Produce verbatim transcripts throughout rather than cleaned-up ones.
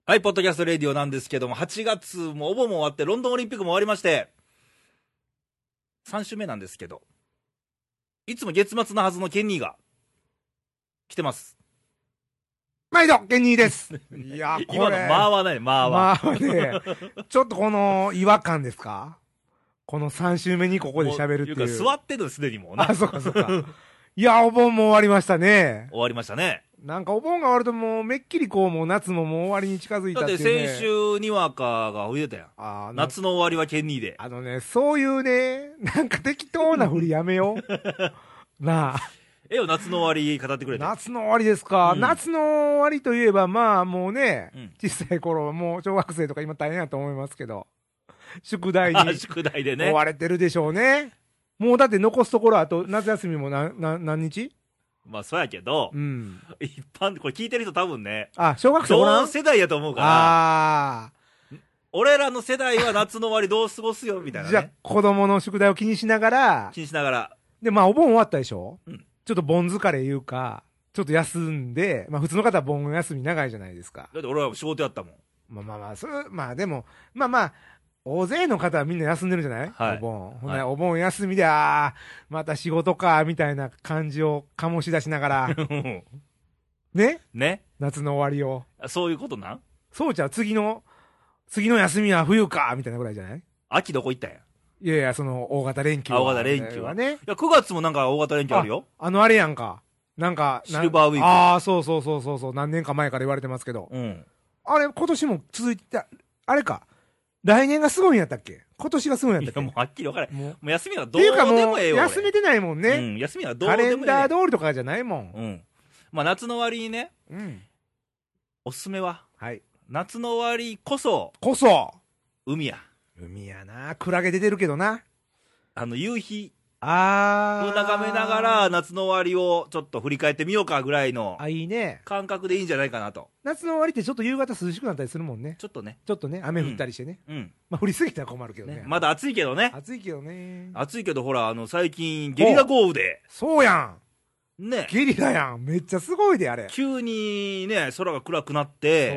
はい、ポッドキャストレディオなんですけども、はちがつもお盆も終わって、ロンドンオリンピックも終わりまして、さん週目なんですけど、いつも月末のはずのケンニーが来てます。 毎度ケンニーです。いや、これ今の間はない、間は。 間はね、ちょっとこの違和感ですか？このさん週目にここで喋るっていう。 いうか座ってるのすでにもうね。 あ、そうかそうか。いや、お盆も終わりましたね。 終わりましたね。 なんかお盆が終わるともうめっきりこうもう夏ももう終わりに近づいたっていう、ね、 だって先週にわかが増えたやん。あ夏の終わりはケンニーで。 あのね、そういうね、なんか適当な振りやめよう。なあ。 えよ、夏の終わり語ってくれて。 夏の終わりですか、うん、夏の終わりといえばまあもうね、うん、小さい頃もう小学生とか今大変やと思いますけど、宿題に宿題でね追われてるでしょうね。もうだって残すところあと夏休みもなな何日？ まあそうやけど、うん、一般これ聞いてる人多分ね、 あ、小学生おらん？ 同世代やと思うから、あ俺らの世代は夏の終わりどう過ごすよみたいなね。 じゃあ子供の宿題を気にしながら、 気にしながら。 でまあお盆終わったでしょ。うん、ちょっと盆疲れいうか、ちょっと休んで、まあ普通の方は盆休み長いじゃないですか。 だって俺は仕事やったもん。 まあまあまあ、それまあでもまあまあ。大勢の方はみんな休んでるんじゃない、はい、お盆。ほん、はい、お盆休みで、ああ、また仕事か、みたいな感じを醸し出しながら。ねね夏の終わりを。 そういうことなん？ そうじゃ、次の、次の休みは冬か、みたいなぐらいじゃない？ 秋どこ行ったんや？ いやいや、その、大型連休は。 大型連休はね。いや、くがつもなんか大型連休あるよ。 あ, あのあれやんか。なんか、 シルバーウィーク。 ああ、そうそうそうそうそう、何年か前から言われてますけど。うん。あれ、今年も続いてた、あれか。来年がすごいんやったっけ？今年がすごいんやったっけ？ いやもうはっきり分からない。もう、もう休みはどうでもええよ。 休めてないもんね。 うん、休みはどうでもええ。 カレンダー通りとかじゃないもん。 うん。まあ夏の終わりにね、うん、おすすめは、はい。夏の終わりこそ、 こそ、 海や。 海やな。クラゲ出てるけどな。 あの夕日。 あー。眺めながら夏の終わりをちょっと振り返ってみようかぐらいのあ、いいね。 感覚でいいんじゃないかなと。 夏の終わりってちょっと夕方涼しくなったりするもんね。 ちょっとね。 ちょっとね、雨降ったりしてね。うん。うん、まあ降りすぎたら困るけどね。ね、 まだ暑いけどね。 暑いけどね。 暑いけどほら、あの最近ゲリラ豪雨で。 そうやん。 ね。 ゲリラやん。めっちゃすごいであれ。 急にね、空が暗くなって、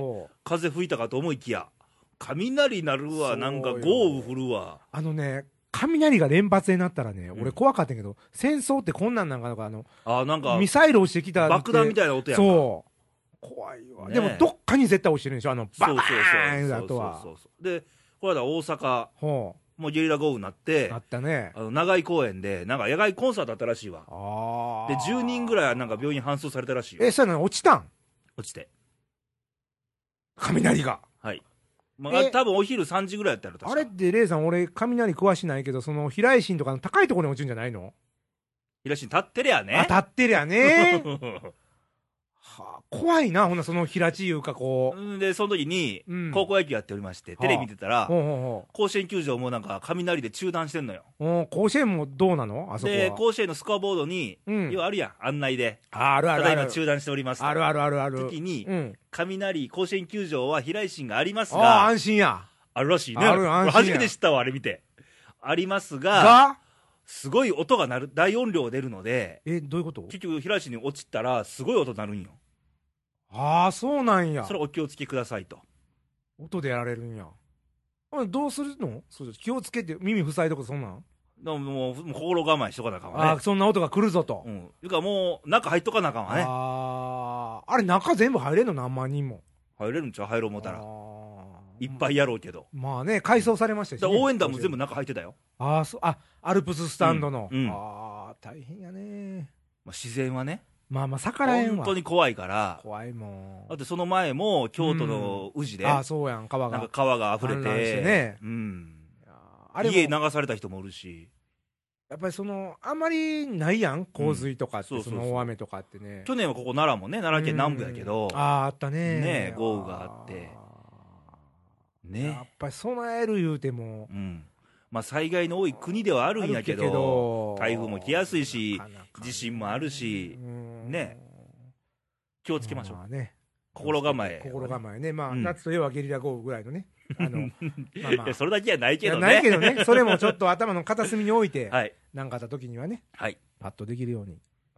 風吹いたかと思いきや、雷鳴るわ、なんか豪雨降るわ。 あのね、雷が連発になったらね、俺怖かったけど、うん、戦争ってこんなんなんかな、あの、 あ、なんか、 ミサイル落ちてきた爆弾みたいな音やんか。 そう。怖いわ。ね、でも、どっかに絶対落ちてるんでしょ、あの、バーンだとは。 そうそうそう。で、これだ大阪、ほうもうゲリラ豪雨になって、 あったね。 あの、長井公園で、なんか野外コンサートあったらしいわ。あで、じゅうにんぐらいなんか病院搬送されたらしいよ。 え、それなの落ちたん？ 落ちて。 雷が。 はい。まあ、多分お昼さんじぐらいやったら確か。 あれってレイさん、俺雷詳しないけど、その平井心とかの高いところに落ちるんじゃないの？ 平井心立ってりゃね。 あ、立ってりゃね。はあ、怖いな、ほんなその平地いうかこう。でその時に高校野球やっておりまして、うん、テレビ見てたら、はあ、ほうほうほう甲子園球場もなんか雷で中断してんのよ。 甲子園もどうなの？あそこは。 で甲子園のスコアボードに、うん、要はあるやん案内で。 あ、あるあるある。 ただいま中断しておりますあるあるあるある。 時に、うん、雷甲子園球場は平井心がありますが、 ああ安心や。 あるらしいね。 ある安心や。 初めて知ったわあれ見て。ありますが。 がすごい音が鳴る、大音量出るので。 え、どういうこと？ 結局平井心に落ちたらすごい音鳴るんよ。 ああ、そうなんや。 それお気をつけくださいと。 音でやられるんや。どうするの？そう気をつけて耳塞いとかそんなん？ でももう心構えしとかなあかんわね。 ああ、そんな音が来るぞと。 うん。いうかもう中入っとかなあかんわね。 ああ、あれ中全部入れんの？何万人も。 入れるんちゃう？入ろう思ったら。いっぱいやろうけど。 まあね、改装されましたし、ね。 応援団も全部中入ってたよ。 ああ、そう、あ、アルプススタンドの。 うんうん、 ああ、大変やね。 まあ、自然はね。 まあまあ逆らえんわ。 本当に怖いから。 怖いもん。 だってその前も京都の宇治で、うん、 ああそうやん、川がなんか川が溢れて、 ね、 うん、あれ家流された人もおるし、 やっぱりそのあんまりないやん、洪水とかって、うん、その大雨とかってね。 去年はここ奈良もね、奈良県南部やけど、 あああったねね、豪雨があってね、 やっぱり備える言うても、 うん、まあ、災害の多い国ではあるんやけ ど, けど台風も来やすいし、地震もあるし、ね、気をつけましょう、まあね、心構え、 心構えね、まあ、うん、夏といえばゲリラ豪雨ぐらいのね、あのまあ、まあ、いやそれだけはないけどね、 ないけどね、それもちょっと頭の片隅に置いて、 はい、 何かあった時にはね、 はい、 パッとできるように、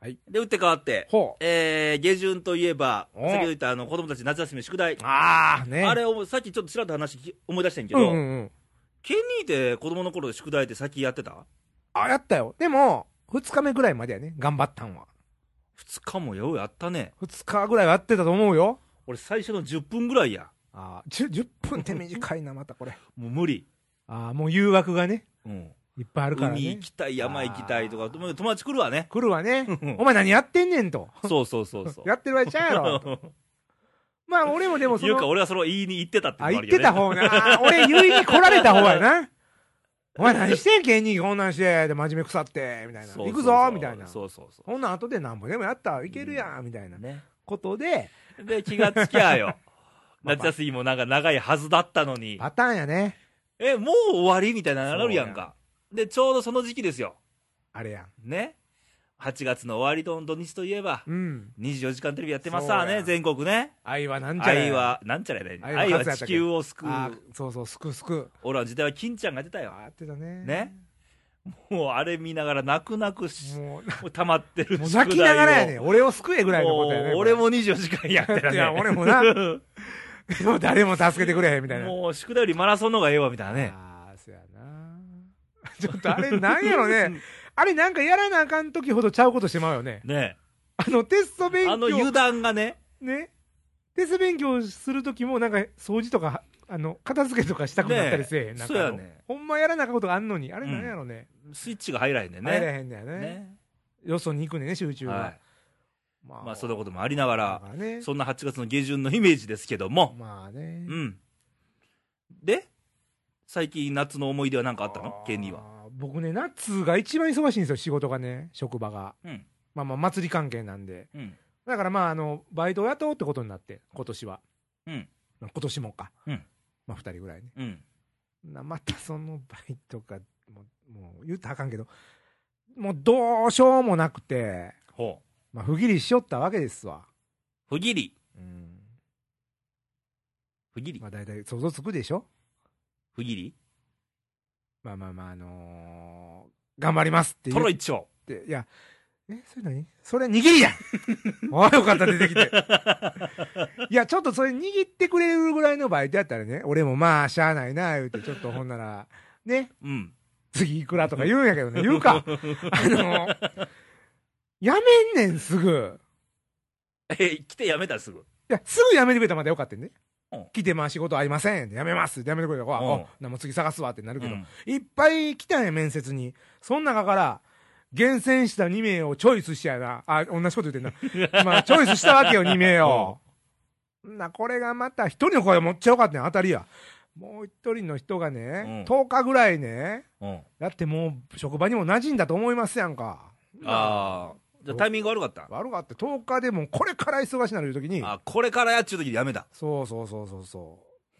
はい。 で、打って変わって、 ほう。 えー、下旬といえば、先ほど言ったあの子供たち夏休み宿題。 ああ、ね。 あれを、さっきちょっとちらっと話思い出してんけど、 うんうんうん、 ケニーって子供の頃で宿題って先やってた？ あ、やったよ。でも、ふつかめぐらいまでやね、頑張ったんは。 ふつかもようやったね。 ふつかぐらいはやってたと思うよ。 俺最初のじゅっぷんぐらいや。 ああ、じゅっぷんって短いな、またこれ。 もう無理。 ああ、もう誘惑がね。 うん。 いっぱいあるからね。 海行きたい、山行きたいとか、友達来るわね。 来るわね。お前何やってんねんと。 そうそうそうそう。 やってるわけちゃうやろ。まあ俺もでもその。 いうか俺はそれを言いに行ってたってのもあるよね。あ、言ってた方な。俺言いに来られた方やな。お前何してんケンニーこんなんして、で真面目腐って、みたいな。行くぞみたいな。そうそうそう。ほんな後でなんぼでもやったらいけるやん、みたいなことで。 で、気がつきゃよ。夏休みもなんか長いはずだったのに。 パターンやね。 え、もう終わりみたいなのなるやんか。で、ちょうどその時期ですよ。 あれやん。 ね。はちがつの終わりの土日といえば、 うん、 にじゅうよじかんテレビやってますわね、全国ね。 愛はなんちゃら。 愛は、なんちゃらやね。愛は地球を救う。 そうそう、救う救う。 俺は時代は金ちゃんが出たよ。 やってたね。 ね。もうあれ見ながら泣く泣くし、もう溜まってる。 もう泣きながらやね。俺を救えぐらいのことやね。 俺もにじゅうよじかんやってるね。いや、 俺もな。でも誰も助けてくれへんみたいな。 もう宿題よりマラソンの方がええわみたいなね。 ああ、そうやな。ちょっとあれなんやろね。あれなんかやらなあかん時ほどちゃうことしてまうよね。 ね。 あのテスト勉強。 あの油断がね。 ね。テスト勉強する時もなんか掃除とか、あの片付けとかしたくなったりせえへん。 ね、そうやね。 ほんまやらなあかんことがあんのに。あれなんやろね。 うん、スイッチが入らへんねんね。 入らへんだよね。ね、よそに行くねんね、集中が。はい、 まあ、まあ、そんなこともありながら、ね、そんなはちがつの下旬のイメージですけども。 まあね。 うん。で、最近夏の思い出は何かあったの？ケンニーは。 僕ね、夏が一番忙しいんですよ、仕事がね、職場が。うん、まあまあ、祭り関係なんで。うん、だからまあ、あの、バイトを雇おうってことになって、今年は。うん。今年もか。うん。まあ、二人ぐらいね。うん。またそのバイトが、もう、もう言うたらあかんけど、もうどうしようもなくて、ほう。まあ、不義理しよったわけですわ。 不義理。うん。不義理。 まあ、大体想像つくでしょ？ 不義理？ まあまあまあ、あのー、頑張りますって言って。 トロ一丁。 いや、え、それ何？それ握りやああ、よかった、出てきて。いや、ちょっとそれ握ってくれるぐらいのバイトやったらね、俺もまあ、しゃあないな、言うて、ちょっとほんなら、ね。うん。次いくらとか言うんやけどね、言うか。あのー、やめんねん、すぐ。 え、来てやめたらすぐ。いや、すぐやめてくれたらまだよかったね。来てまあ仕事ありません。やめます。やめてくれたら、あ、もう次探すわってなるけど、うん、いっぱい来たんや、面接に。その中から、厳選したにめいをチョイスしやな。あ、同じこと言ってんな。まあ、チョイスしたわけよ、にめいを。うん、な、これがまた、一人の声もっちゃよかったん当たりや。もう一人の人がね、うん、とおかぐらいね、うん、だってもう、職場にも馴染んだと思いますやんか。 ああ。じゃタイミング悪かった？ 悪かった。とおかでもこれから忙しなる時に。 あ、これからやっちゅう時にやめた。 そうそうそうそうそう。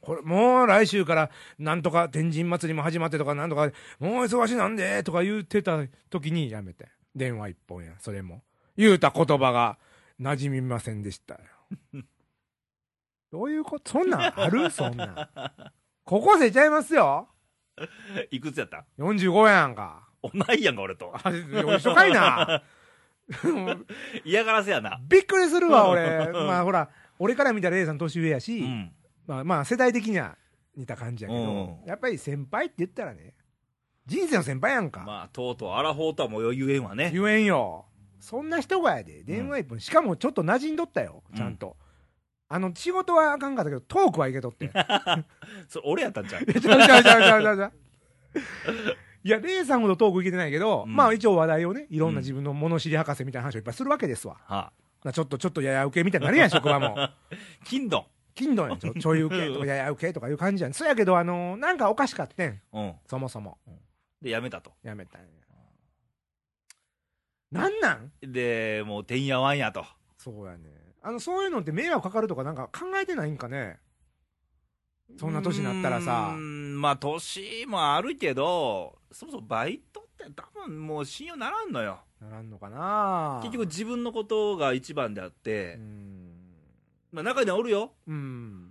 これ、もう来週からなんとか天神祭りも始まってとかなんとか、もう忙しなんでとか言ってた時にやめて。電話一本や。それも。言うた言葉が馴染みませんでしたよ。どういうこと？そんなんある？そんなん。高校生ちゃいますよ。 いくつやった？ よんじゅうごやんか。 同いやんか、俺と。 あ、一緒かいな。 嫌がらせやな。 びっくりするわ、俺。まあほら、俺から見たら A さん年上やし、うん、まあまあ世代的には似た感じやけど、うん、やっぱり先輩って言ったらね、人生の先輩やんか。 まあ、とうとうアラフォーとはもう言えんわね。 言えんよ。そんな人がやで、電話一本、うん、しかもちょっと馴染んどったよ、ちゃんと。うん、あの、仕事はあかんかったけど、トークはいけとって。 それ俺やったんちゃう？ ちゃうちゃうちゃうちゃうちゃうちゃう。いや、レイさんほどトークいけてないけど、うん、まあ一応話題をね、いろんな自分の物知り博士みたいな話をいっぱいするわけですわ。はあ、ちょっとちょっとやや受けみたいになるやん、職場も。 金ドン。 金ドンやん、ちょ、ちょい受けとかやや受けとかいう感じやん。そうやけど、あのー、なんかおかしかってん。うん。そもそも。うん、 で、やめたと。 やめたんや。なんなんで、もう、てんやわんやと。 そうやね。あの、そういうのって迷惑かかるとかなんか考えてないんかね。そんな年になったらさ。 うん、まあ、年もあるけど、そもそもバイトって多分もう信用ならんのよ。 ならんのかな。 結局自分のことが一番であって、うん、まあ中にはおるよ。うん、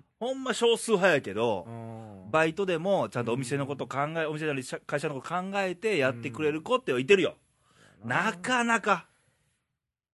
ほんま少数派やけど、バイトでもちゃんとお店のこと考え、お店なり会社のこと考えてやってくれる子っていてるよ。なかなか。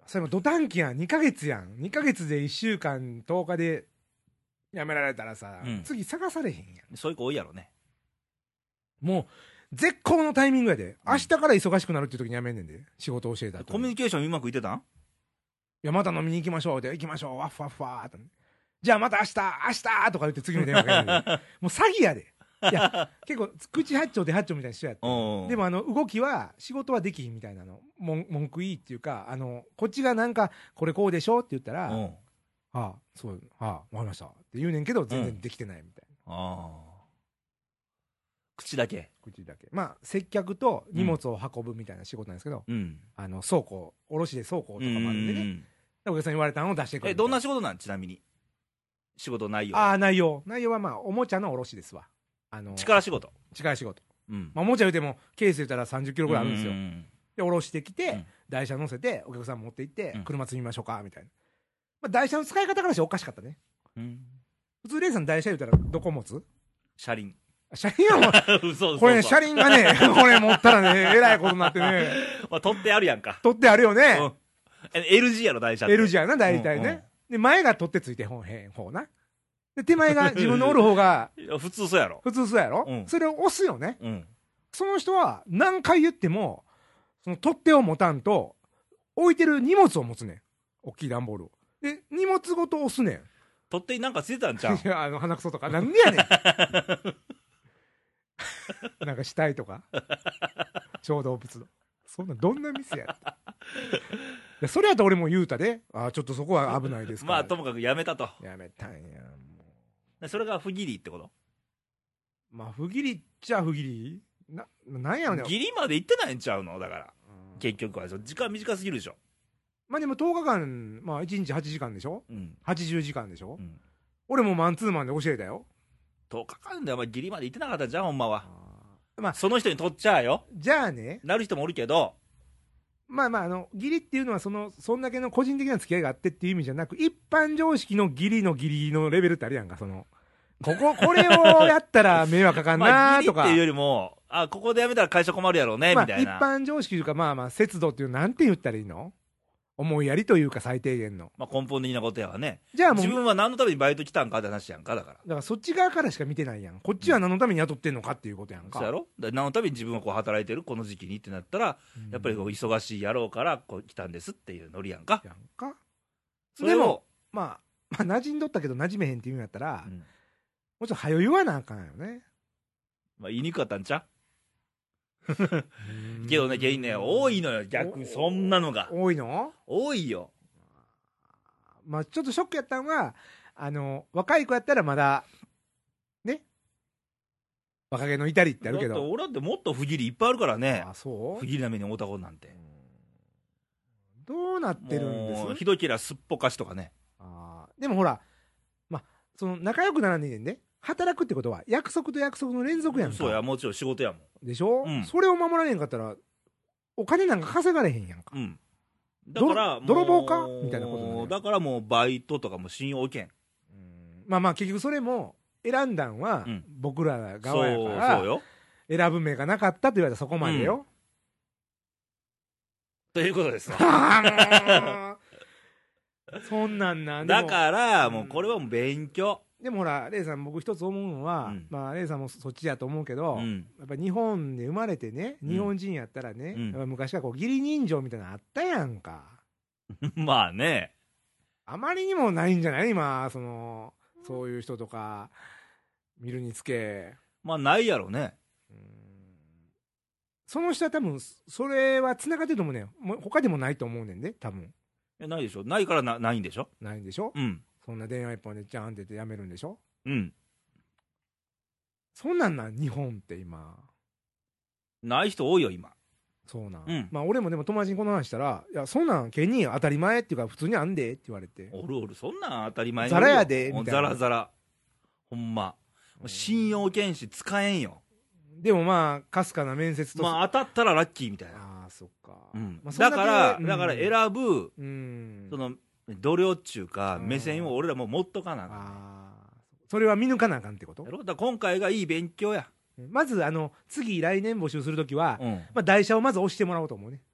それもド短期やん、にかげつやん、にかげつでいっしゅうかんとおかで辞められたらさ、 うん次探されへんやん。 そういう子多いやろね。 もう絶好のタイミングやで、 うん明日から忙しくなるっていう時に辞めんねんで、仕事教えたら。 コミュニケーションうまくいってたん？ いや、また飲みに行きましょうで、行きましょう、ワッフワッフワーって。じゃあまた明日、明日とか言って次の電話かけるでもう詐欺やで。いや、結構、口八丁で八丁みたいな人やって。でも、あの、動きは、仕事はできひんみたいなの、文文句いいっていうか、あの、こっちがなんか、これこうでしょって言ったら、 うん。 はあ、そう、はあ、わかりましたって言うねんけど、全然できてないみたいな。 ああ。口だけ。 口だけ。まあ、接客と荷物を運ぶみたいな仕事なんですけど、 うん。 あの、倉庫、卸で倉庫とかもあるんでね。 うんお客さんに言われたのを出してくるえ、 みたい。 どんな仕事なんちなみに。仕事内容。 ああ、内容。内容はまあ、おもちゃの卸ですわ。あの、 力仕事。 力仕事。 うん。 まあ、おもちゃ言うても、ケース言ったらさんじゅっキロぐらいあるんですよう。んで、下ろしてきて、 うん台車乗せて、お客さん持って行って、 うん車積みましょうか、みたいな。まあ、台車の使い方からしておかしかったね。 うんうん。 普通、レイさん台車言うたらどこ持つ？ 車輪。 車輪はもう、 嘘嘘嘘。 これね、車輪がね、これ持ったらね、えらいことになってね、 まあ、取ってあるやんか。 取ってあるよね。 うん。え エルジー やろ、台車って。 L 字やな、大体うんうんね。で、前が取ってついてほんへん方な。で、手前が自分のおる方が、 いや普通そうやろ。 普通そうやろ、 うんそれを押すよね。 うん。 その人は何回言っても、その取っ手を持たんと、置いてる荷物を持つねん。大きい段ボールを。で、荷物ごと押すねん。 取っ手になんかついてたんちゃういや、あの、鼻くそとか。なんでやねん。なんか死体とか。小動物の。そんな、どんな店やったでそれやったら俺も言うたで。ああ、ちょっとそこは危ないですから。 まあ、ともかくやめたと。 やめたんや。もでそれが不義理ってこと？ うまあ、不義理っちゃ不義理な、なんやろね。 義理まで行ってないんちゃうのだから。 うん結局は。時間短すぎるでしょ。 まあでもとおかかん、まあいちにちはちじかんでしょ ?はちじゅう 時間でしょ、 うん。 俺もマンツーマンで教えたよ。 とおかかんでお前義理まで行ってなかったんじゃん、ほんまは。 まあ、 その人にとっちゃあよ。 じゃあね、 なる人もおるけど、 まあまあ、あの、義理っていうのはその、そんだけの個人的な付き合いがあってっていう意味じゃなく、一般常識の義理の義理のレベルってあるやんか、その、ここ、これをやったら迷惑かかんまあ、 なとか。 義理っていうよりも、あ、ここでやめたら会社困るやろうね、 まあ、一みたいな。 般常識というか、まあまあ、節度っていう、なんて言ったらいいの思いやりというか、最低限の。 まあ、根本的なことやわね。 じゃあもう、 自分は何のためにバイト来たんかって話やんか、だから。 だからそっち側からしか見てないやん。こっちは何のために雇ってんのかっていうことやんか。 そうやろ？だから何のために自分がこう働いてるこの時期にってなったら、 うんやっぱりこう忙しいやろうからこう来たんですっていうノリやんか。 やんか。 それをでも、まあ、まあ、馴染んどったけど馴染めへんっていうんやったら、 うんもうちょっと早言わなあかんよね。 まあ、言いにくかったんちゃうけどね、原因ね、多いのよ、逆にそんなのが。 多いの多いよ。 まあ、ちょっとショックやったんは、あの、若い子やったらまだ、ね、若気の至りってあるけど。 だって俺だってもっと不義理いっぱいあるからね。 あ、そう不義理な目に遭うたことなんて。 どうなってるんですもうひどいけりゃすっぽかしとかね。 あーでもほら、まあ、その仲良くならんねんね。働くってことは約束と約束の連続やんか。 そうや、もちろん仕事やもん。 でしょ、 うんそれを守られへんかったら、お金なんか稼がれへんやんか。 うん。だからもう、 ど泥棒かみたいなことになるよだからもうバイトとかも信用置けん。 まあまあ結局それも選んだんはうん僕らそう、 側やかそうらよ。 選ぶ目がなかったと言われたらそこまでよ。 ということですわ。 あーそんなんなんでもだから、もうこれはもう勉強。 でもほらレイさん僕一つ思うのは、 うんまあレイさんもそっちやと思うけど、 うん。 やっぱ日本で生まれてねうん日本人やったらね、 うんやっぱ昔からこう義理人情みたいなのあったやんか。 まあね。 あまりにもないんじゃない今そのそういう人とか見るにつけ。 まあないやろね。 うんその人は多分それは繋がってると思うねん。もう他でもないと思うねんで多分えないでしょ。ないからなないんでしょ。 ないんでしょ、 うん。 そんな電話一本でジャーンって言ってやめるんでしょ。 うん。 そんなんなん日本って今。 ない人多いよ、今。 そうなん、 うんまあ俺もでも友達にこの話したら「いやそんなんケニー当たり前っていうか普通にあんで」って言われておるおる、そんなん当たり前にザラやでもうみたいなザラザラ。ほんま。もう信用検視使えんよ。 でもまあかすかな面接とまあ当たったらラッキーみたいな。 ああそっか、 うんまあそんけだから、 うんだから選ぶ、 うんその、度量っちゅうか、 うん目線を俺らも持っとかなあかんああそれは見抜かなあかんってことやろ。だから今回がいい勉強や。 まずあの次来年募集するときは、 うん。 まあ、台車をまず押してもらおうと思うね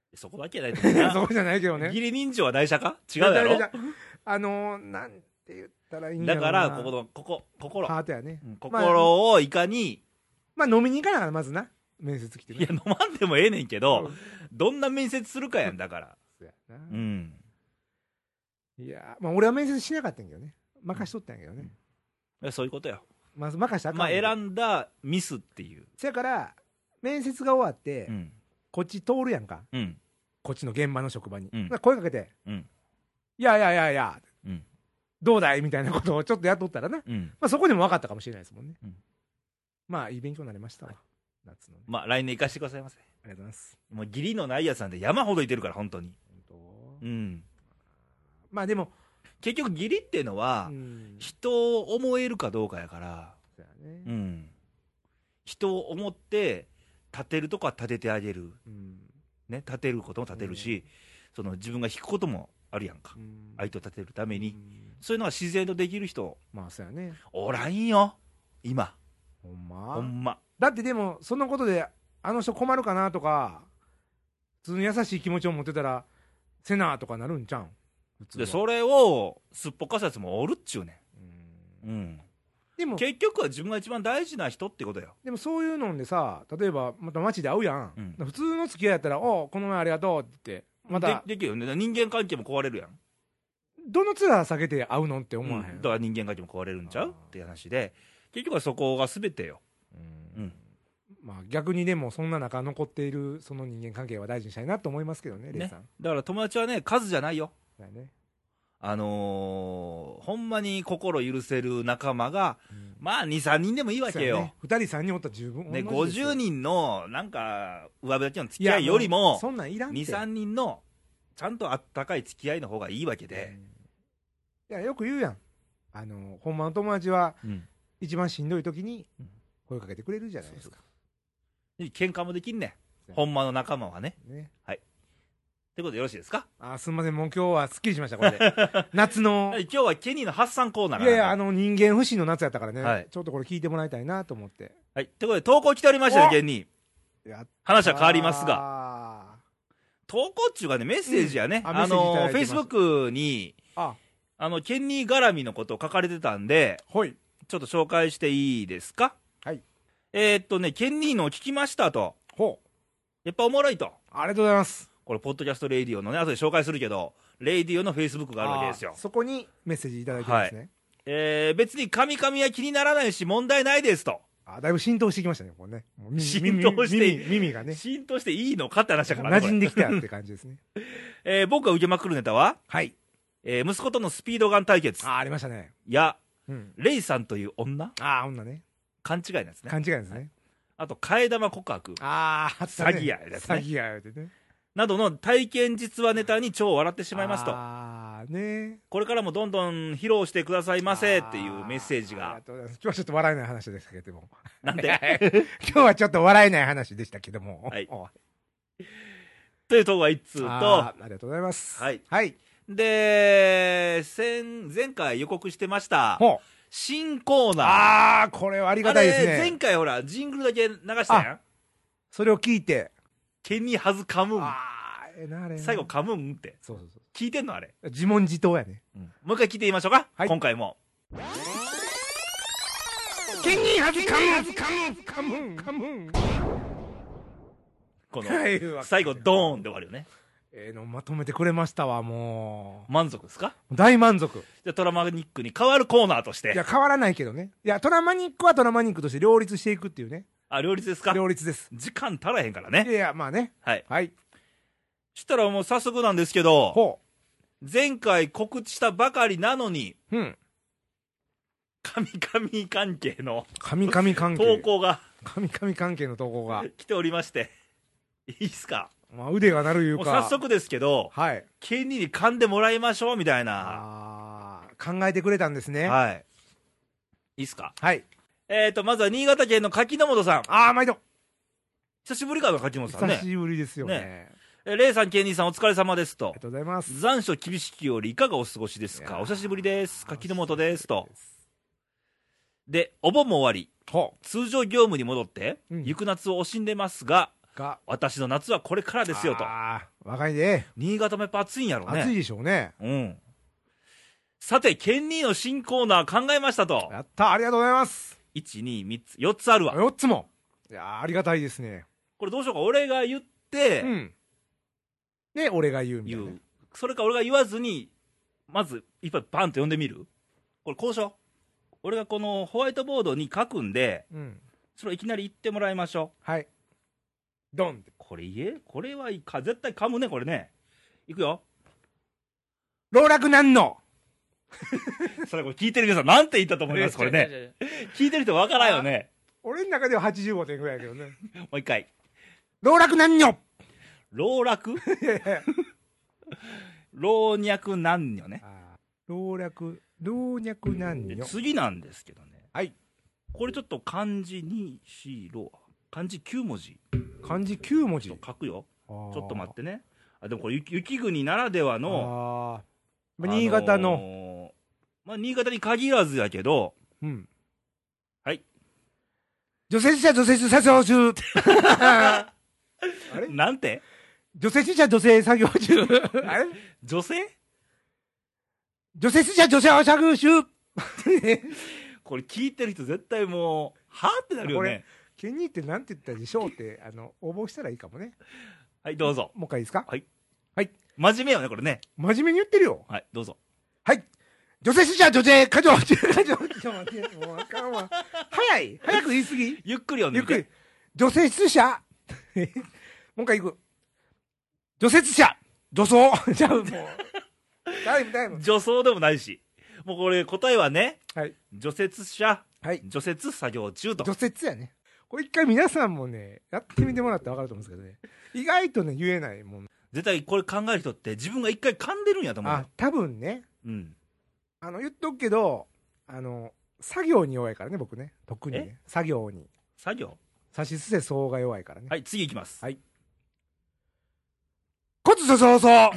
そこだけないと思うな。 そこじゃないけどね。 義理人情は台車か違うやろ。 あのー、なんて言ったらいいんだろうな。 だからここのここ心ハートやね、 うん、心をいかに、 まあ、まあ飲みに行かながらまずな面接来て、ね、 いや飲まんでもええねんけど、うん、どんな面接するかやんだからそうやな、 うん、 いやまあ俺は面接しなかったんやけどね、任しとったんやけどね、 うん、そういうことよ。 まず任したらあかん、まあ、選んだミスっていう。 そやから面接が終わって、うん、こっち通るやんか、うん、こっちの現場の職場に、うん、声かけて、うん、いやいやいやいや、うん、どうだいみたいなことをちょっとやっとったらな、うん、まあ、そこでも分かったかもしれないですもんね、うん、まあいい勉強になりましたわ、はい、夏の、ね、 まあ来年行かしてくださいませ。 ありがとうございます。 もう義理のないやつなんで山ほどいてるから本当に。本当、うん、 まあでも結局義理っていうのは、うん、人を思えるかどうかやから、そうやね、うん、人を思って立てるとこは立ててあげる、うん、ね、立てることも立てるし、うん、その自分が引くこともあるやんか、うん、相手を立てるために、うん、そういうのが自然とできる人、 まあそうやね、 おらんよ今。 ほんまほんまだってでもそのことであの人困るかなとか普通に優しい気持ちを持ってたらせなとかなるんちゃうん。 でそれをすっぽかすやつもおるっちゅうねん、うん、うん、でも結局は自分が一番大事な人ってことよ。 でもそういうのでさ、例えばまた街で会うやん、うん、普通の付き合いやったら「おこの前ありがとう」って言ってまたで, できるよね。人間関係も壊れるやん。 どの面下げて会うのって思わへん、 うん、だから人間関係も壊れるんちゃうっていう話で、結局はそこが全てよ。うん、うん、 まあ逆にでもそんな中残っているその人間関係は大事にしたいなと思いますけどね、レイさん。 だから友達はね数じゃないよ。 だよね、 あのー、ほんまに心許せる仲間が、うん、まあにさんにんでもいいわけよ、ね、 ふたりさんにんおったら十分、 ね、ごじゅうにんのなんか上辺だけの付き合いよりもそんなんいらんてにさんにんのちゃんとあったかい付き合いの方がいいわけで、 うん、いやよく言うやん、あのー、ほんまの友達は、うん、一番しんどい時に声かけてくれるじゃないですか、 うん、喧嘩もできんねん、ほんまの仲間はね。ね、はい。ということでよろしいですか。 あ、すみません、もう今日はすっきりしました、これで。夏の。 今日はケニーの発散コーナーが、 いやいや、あの人間不信の夏やったからね、はい、ちょっとこれ聞いてもらいたいなと思って。 はい。ということで、投稿来ておりましたよ、ケニー。話は変わりますが。投稿っちゅうかね、メッセージやね。うん、あ, あの、フェイスブックに、ああの、ケニー絡みのことを書かれてたんで、はい。ちょっと紹介していいですか。はい。えー、っとね、ケニーの聞きましたと。ほう。やっぱおもろいと。 ありがとうございます。 これ、ポッドキャストレイディオのね、後で紹介するけど、レイディオのフェイスブックがあるわけですよ。 そこにメッセージいただいてますね。はい、 えー、別に神々は気にならないし、問題ないですと。 あ、だいぶ浸透してきましたね、これね。 浸透して、 耳, 耳がね。 浸透していいのかって話だからね。 馴染んできたって感じですね。 えー、僕が受けまくるネタは、 はい。 えー、息子とのスピードガン対決。 あ、ありましたね。 いや、うん、レイさんという女。 あ、女ね。 勘違いなんですね。 勘違いですね。はい、 あと、替え玉告白。 ああ、 詐欺やですね。 詐欺やってね。 などの体験実話ネタに超笑ってしまいますと。 ああ、ね。 これからもどんどん披露してくださいませっていうメッセージが。 ありがとうございます。今日はちょっと笑えない話でしたけども。 なんで今日はちょっと笑えない話でしたけども。はい。 というとこが一通と。 ありがとうございます。 はい。 はい。 で、先、前回予告してました。ほう。新コーナー。 ああ、これはありがたいですね。 前回ほら、ジングルだけ流したやん。 それを聞いて。 ケニーハズカムーン。 ああ、ええな、あれ。 最後カムーンって。そうそうそう。聞いてんのあれ。 自問自答やね。 うん、もう一回聞いてみましょうか。はい、今回も。 ケニーハズカムーン、カムーン、カムーン、カムーン。 この、最後ドーンで終わるよね。 ええのまとめてくれましたわ、もう。満足ですか？ 大満足。 じゃあトラマニックに変わるコーナーとして。 いや、変わらないけどね。いや、トラマニックはトラマニックとして両立していくっていうね。 あ、両立ですか？ 両立です。 時間足らへんからね。 いやいや、まあね。 はい。 はい。 したらもう早速なんですけど、ほう。前回告知したばかりなのに、うん。神々関係の、 神々関係。 投稿が、 神々関係の投稿が。 来ておりまして、いいっすか？ まあ、腕が鳴るいうか。 もう早速ですけど、 はい。 ケニーに噛んでもらいましょうみたいな。 ああ、考えてくれたんですね。 はい。いいっすか？ はい。 えっと、まずは新潟県の柿本さん。 ああ、毎度。 久しぶりかな、柿本さんね。 久しぶりですよね。ねえ、レイさん、ケニーさん、お疲れ様ですと。 ありがとうございます。 残暑厳しきよりいかがお過ごしですか？お久しぶりです。柿本ですと。で、お盆も終わり、通常業務に戻って、うん、行く夏を惜しんでますが、 が私の夏はこれからですよと。 ああ、若いね。 新潟もやっぱ暑いんやろうね。 暑いでしょうね。 うん。さて、ケンニーの新コーナー考えましたと。 やった、ありがとうございます。 いち、に、みっつ、よっつあるわ。 よっつも。いやー、ありがたいですね。 これどうしようか、俺が言って、 うん。で、俺が言うみたいな。 言う。それか俺が言わずに、まず、いっぱいバンと読んでみる？これ交渉。俺がこのホワイトボードに書くんで、 うん。 それをいきなり言ってもらいましょはい。ドンって。 う。これ言え？これはいいか、絶対噛むね、これね。いくよ。 老若男女。 それこれ聞いてる皆さん、なんて言ったと思いますこれね。聞いてる人わからんよね。 俺の中でははちじゅうごてんぐらいやけどね。 もう一回。 老若男女。 老若老若男女ね。 老若、老若男女。 次なんですけどね。 はい。 これちょっと漢字に、し、ろ、漢字きゅうもじ。 漢字きゅうもじ。 ちょっと書くよ。ちょっと待ってね。あ、でもこれ雪、雪国ならではの、 あ新潟の、あのー、まあ、新潟に限らずやけど、 うん。 はい。 除雪車除雪作業中。あれなんて除雪車除雪作業中。あれ女性除雪車除雪作業中。 これ聞いてる人絶対もう、はぁってなるよね。 ケニーってなんて言ったでしょうって、あの、応募したらいいかもね。 はい、どうぞ。 もう一回いいですか？ はい。 はい。 真面目よね、これね。 真面目に言ってるよ。 はい、どうぞ。 はい。除雪車除雪過剰中、過剰中、ちょっと待って、もうあかんわ。早い早く言い過ぎゆっくり読んでみて。 ゆっくり。除雪車もう一回行く。除雪車除草じゃあもう。タイムタイム。 除草でもないし。もうこれ答えはね、 はい。 除雪車、 はい。 除雪作業中と。 除雪やね。これ一回皆さんもね、やってみてもらったら分かると思うんですけどね。意外とね、言えないもん。 絶対これ考える人って自分が一回噛んでるんやと思うよ。 あ、多分ね。 うん。 あの、言っとくけど、あの、作業に弱いからね、僕ね。特にね。作業に。 作業さしすせそうが弱いからね。 はい、次いきます。 はい。コツ粗相そう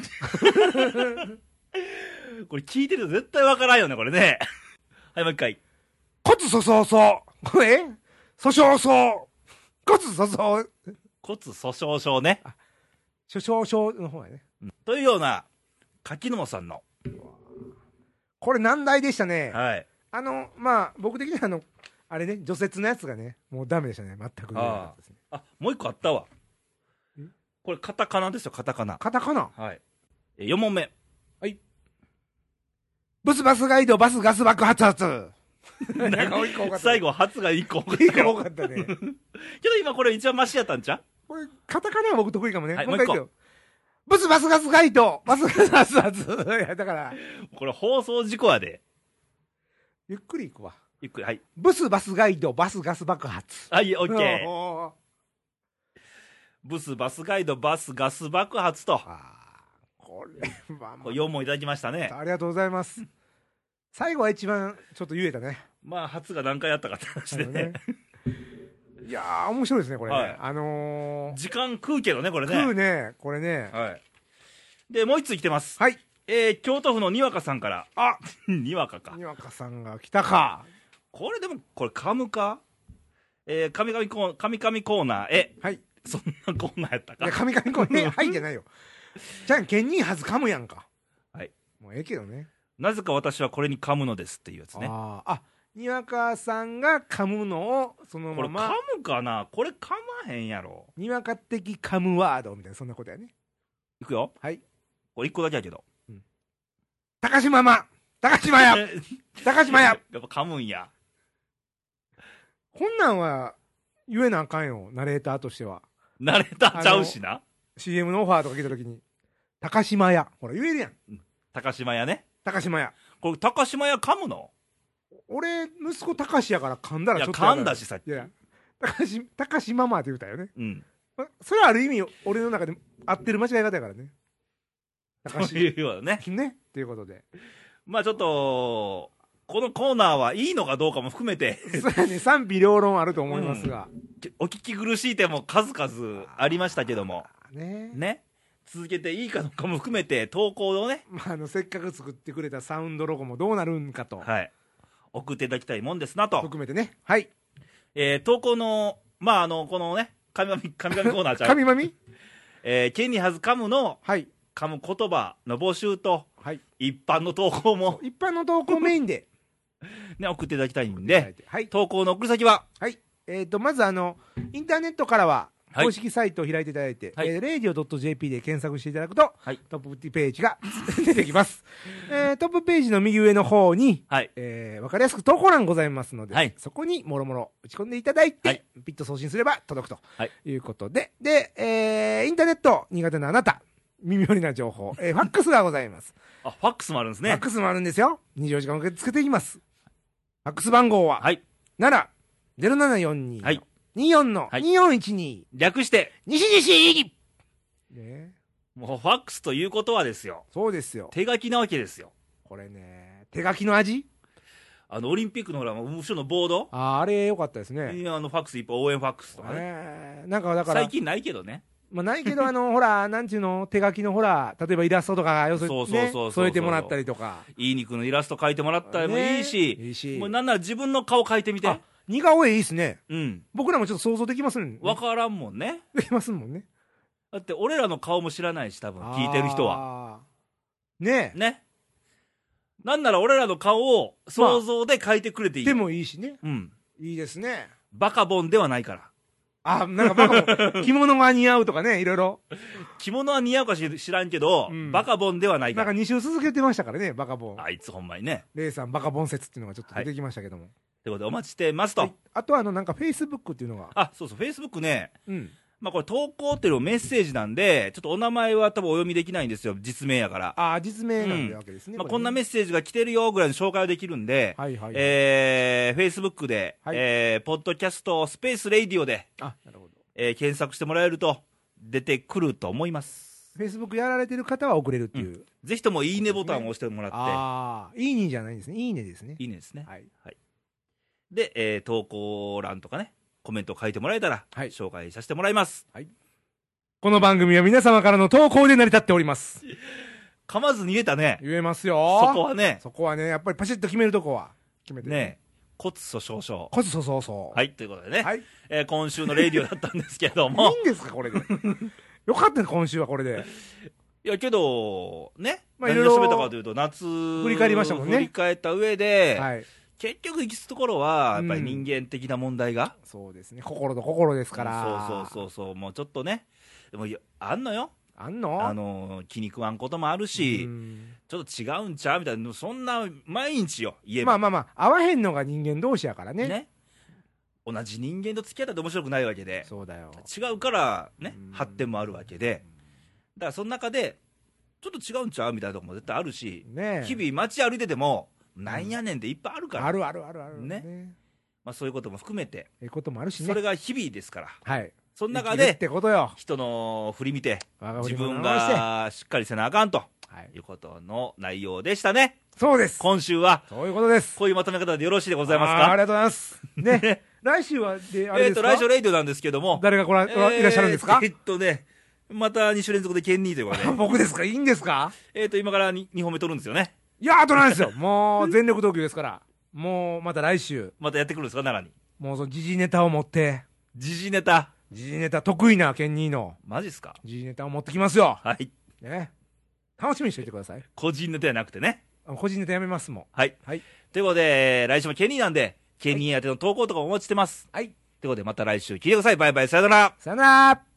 これ聞いてると絶対わからんよね、これね。はい、もう一回。 コツ粗相そうこれ粗相そうコツ粗相骨粗鬆症ね。 粗相症の方やね、 うん。というような、柿沼さんの。 これ難題でしたね。 はい。 あの、まあ、僕的にはあの、あれね、除雪のやつがね、もうダメでしたね、全く、ね。 ああ、もう一個あったわ。これカタカナですよ、カタカナ。 カタカナ。 はい。よん問目。 はい。ブスバスガイドバスガス爆発発。 なんか一個多かった。最後、初が一個多かった。 一個多かったね。けど今これ一番マシやったんちゃう？ これ、カタカナは僕得意かもね。 はい、もう一個。 ブスバスガスガイドバスガス爆発。いや、だから。 これ放送事故やで。 ゆっくりいくわ。 ゆっくり、はい。 ブスバスガイドバスガス爆発。 はい、オッケー。ブスバスガイドバスガス爆発と。あこれはまあ、 よん問いただきましたね。 ありがとうございます。最後は一番ちょっと言えたね。 まあ初が何回やったかって話でね。 いやー面白いですねこれね。 はい、 あのー、 時間食うけどねこれね。 食うねこれね。 はい。でもう一つ来てます。 はい。 えー、京都府のにわかさんから。あにわかか。 にわかさんが来たか。 これでもこれ噛むか。えー、神々コー神々コーナーえ。 はい。 そんなコーナーやったか。 いや神々コーナーはいじゃないよ。じゃんけんにはず噛むやんか。 はい。 もうええけどね。 なぜか私はこれに噛むのですっていうやつね。 ああ。にわかさんが噛むのをそのまま。 これ噛むかな。これ噛まへんやろ。 にわか的噛むワードみたいなそんなことやね。 いくよ。 はい。 これいっこだけやけど。 うん、高島ま高島屋高島屋やっぱ噛むんや。 こんなんは言えなあかんよナレーターとしては。 ナレーターちゃうしな。 シーエム のオファーとか聞いたときに高島屋ほら言えるやん、 うん、高島屋ね。 高島屋これ高島屋噛むの？ 俺息子高志やから噛んだらちょっといや噛んだしさっき。いや高志高志ママって言うたよね。 うん。 それはある意味俺の中で合ってる間違い方やからね。 高志いうよね。 ねっていうことで。 まあちょっとこのコーナーはいいのかどうかも含めてそうやね賛否両論あると思いますが、 うん、お聞き苦しい点も数々ありましたけどもねね続けていいかどうかも含めて投稿をね、 まあ、あのせっかく作ってくれたサウンドロゴもどうなるんかと、 はい、送っていただきたいもんですなと含めてねはい、 えー、投稿のまああのこのね神々、神々コーナーちゃう。 神々 えー、ケニーハズカムの、 はい。 噛む言葉の募集と、 はい。 一般の投稿も、 一般の投稿メインで。 ね、送っていただきたいんで、 はい。 投稿の送り先は、 はい。えっと、まずあの、インターネットからは、 はい公式サイトを開いていただいて、 はいえー、レイディオ ドットジェーピー で検索していただくと、 はい、 トップページが出てきます。えー、トップページの右上の方に、 はい、 えー、わかりやすく投稿欄ございますので、 はい、 そこにもろもろ打ち込んでいただいて、はい、ピッと送信すれば届くということで、で、えー、インターネット苦手なあなた、耳寄りな情報、えー、ファックスがございます。 あ、ファックスもあるんですね。 ファックスもあるんですよ。にじゅうよじかん受け付けていきます。ファックス番号は、 はい、 なな、ゼロななよんに、 はい、 にじゅうよんのにじゅうよんいちに、 略して、 西西意義ね、 もうファックスということはですよ。 そうですよ。 手書きなわけですよ。 これね、手書きの味あの、オリンピックのほら、後ろのボードあ、あれ良かったですね。 いや、あの、ファックス一本、応援ファックスとかね。 えー、なんかだから。 最近ないけどね。 まあないけど、あの、ほら、なんちゅうの、手書きのほら、例えばイラストとか、要するにね、添えてもらったりとか。 いい肉のイラスト描いてもらったりもいいし、 いいし。 もうなんなら自分の顔描いてみて。 似顔絵いいっすね。 うん。 僕らもちょっと想像できますね。 わからんもんね。 できますもんね。 だって俺らの顔も知らないし、多分聞いてる人は。 ねえ。 ね。なんなら俺らの顔を想像で描いてくれていい。 でもいいしね。 うん。 いいですね。 バカボンではないから。 あ、なんかバカボン。着物が似合うとかね、いろいろ。 着物は似合うか知らんけど、うん、バカボンではないから。 なんかに週続けてましたからね、バカボン。 あいつほんまにね。 レイさんバカボン説っていうのがちょっと出てきましたけども。はい、 ということでお待ちしてますと。はい、 あとはあの、なんかフェイスブックっていうのが。 あ、そうそう、フェイスブックね。 うん。 まあこれ投稿っていうのメッセージなんで、ちょっとお名前は多分お読みできないんですよ、実名やから。 ああ、実名なんてわけですね。 うん、まあこんなメッセージが来てるよぐらいの紹介はできるんで、 はいはい、はい、 えー、フェイスブックで、はい、えー、ポッドキャストスペースレイディオで、 あ、なるほど。 えー、検索してもらえると出てくると思います。 フェイスブックやられてる方は送れるっていう。うん、 ぜひともいいねボタンを押してもらって。 ああ、いいねじゃないんですね。いいねですね。 いいねですね。 はい。 はい、で、えー、投稿欄とかね、コメントを書いてもらえたら、はい、紹介させてもらいます。 はい。この番組は皆様からの投稿で成り立っております。 噛まずに言えたね。 言えますよ。 そこはね。 そこはね、やっぱりパシッと決めるとこは決めてね。 ねコツ粗少々。 コツ粗少々。 はい、ということでね。 はい。 えー、今週のレイディオだったんですけども。 いいんですか、これで。よかったね、今週はこれで。 いや、けど、ね。まあ、いろいろ。何を喋ったかというと、夏。 振り返りましたもんね。 振り返った上で、 はい。 結局行き着くところは、やっぱり人間的な問題が。 うん、そうですね。心と心ですから。 そうそうそうそう。もうちょっとね。でも、あんのよ。 あんのあの、気に食わんこともあるし、ちょっと違うんちゃうみたいな、そんな毎日よ、言えば。 まあまあまあ、合わへんのが人間同士やからね。ね。 同じ人間と付き合ったって面白くないわけで。 そうだよ。 違うからね、発展もあるわけで。だからその中で、ちょっと違うんちゃうみたいなとこも絶対あるし、 ね、 日々街歩いてても、なんやねんっていっぱいあるから。 あるあるあるある。 ね。ね、まあそういうことも含めて。 ええこともあるしね。 それが日々ですから。 はい。 その中で、 人の振り見て、自分がしっかりせなあかんと、い、うことの内容でしたね。 そうです。 今週は。 そういうことです。 こういうまとめ方でよろしいでございますか。 あ, ありがとうございます。ね。来週はで、あれですか。 えっと、来週レイディオなんですけども。 誰がこら、えー、いらっしゃるんですか。 えっとね、またに週連続でケンニーということで。 僕ですか、いいんですか。 えっと、今から に, にほんめ取るんですよね。 いやー、取らないですよ。もう、全力投球ですから。もう、また来週。 またやってくるんですか、奈良に。 もう、その、時事ネタを持って。 時事ネタ。 時事ネタ得意なケンニーの。 マジっすか。 時事ネタを持ってきますよ。 はい。 ね。楽しみにしておいてください。 個人ネタじゃなくてね。 個人ネタやめますもん。 はい。 はい。 ということで、来週もケニーなんで、ケニー宛ての投稿とかお待ちしてます。 はい。 ということで、また来週聞いてください。バイバイ、さよなら。 さよなら。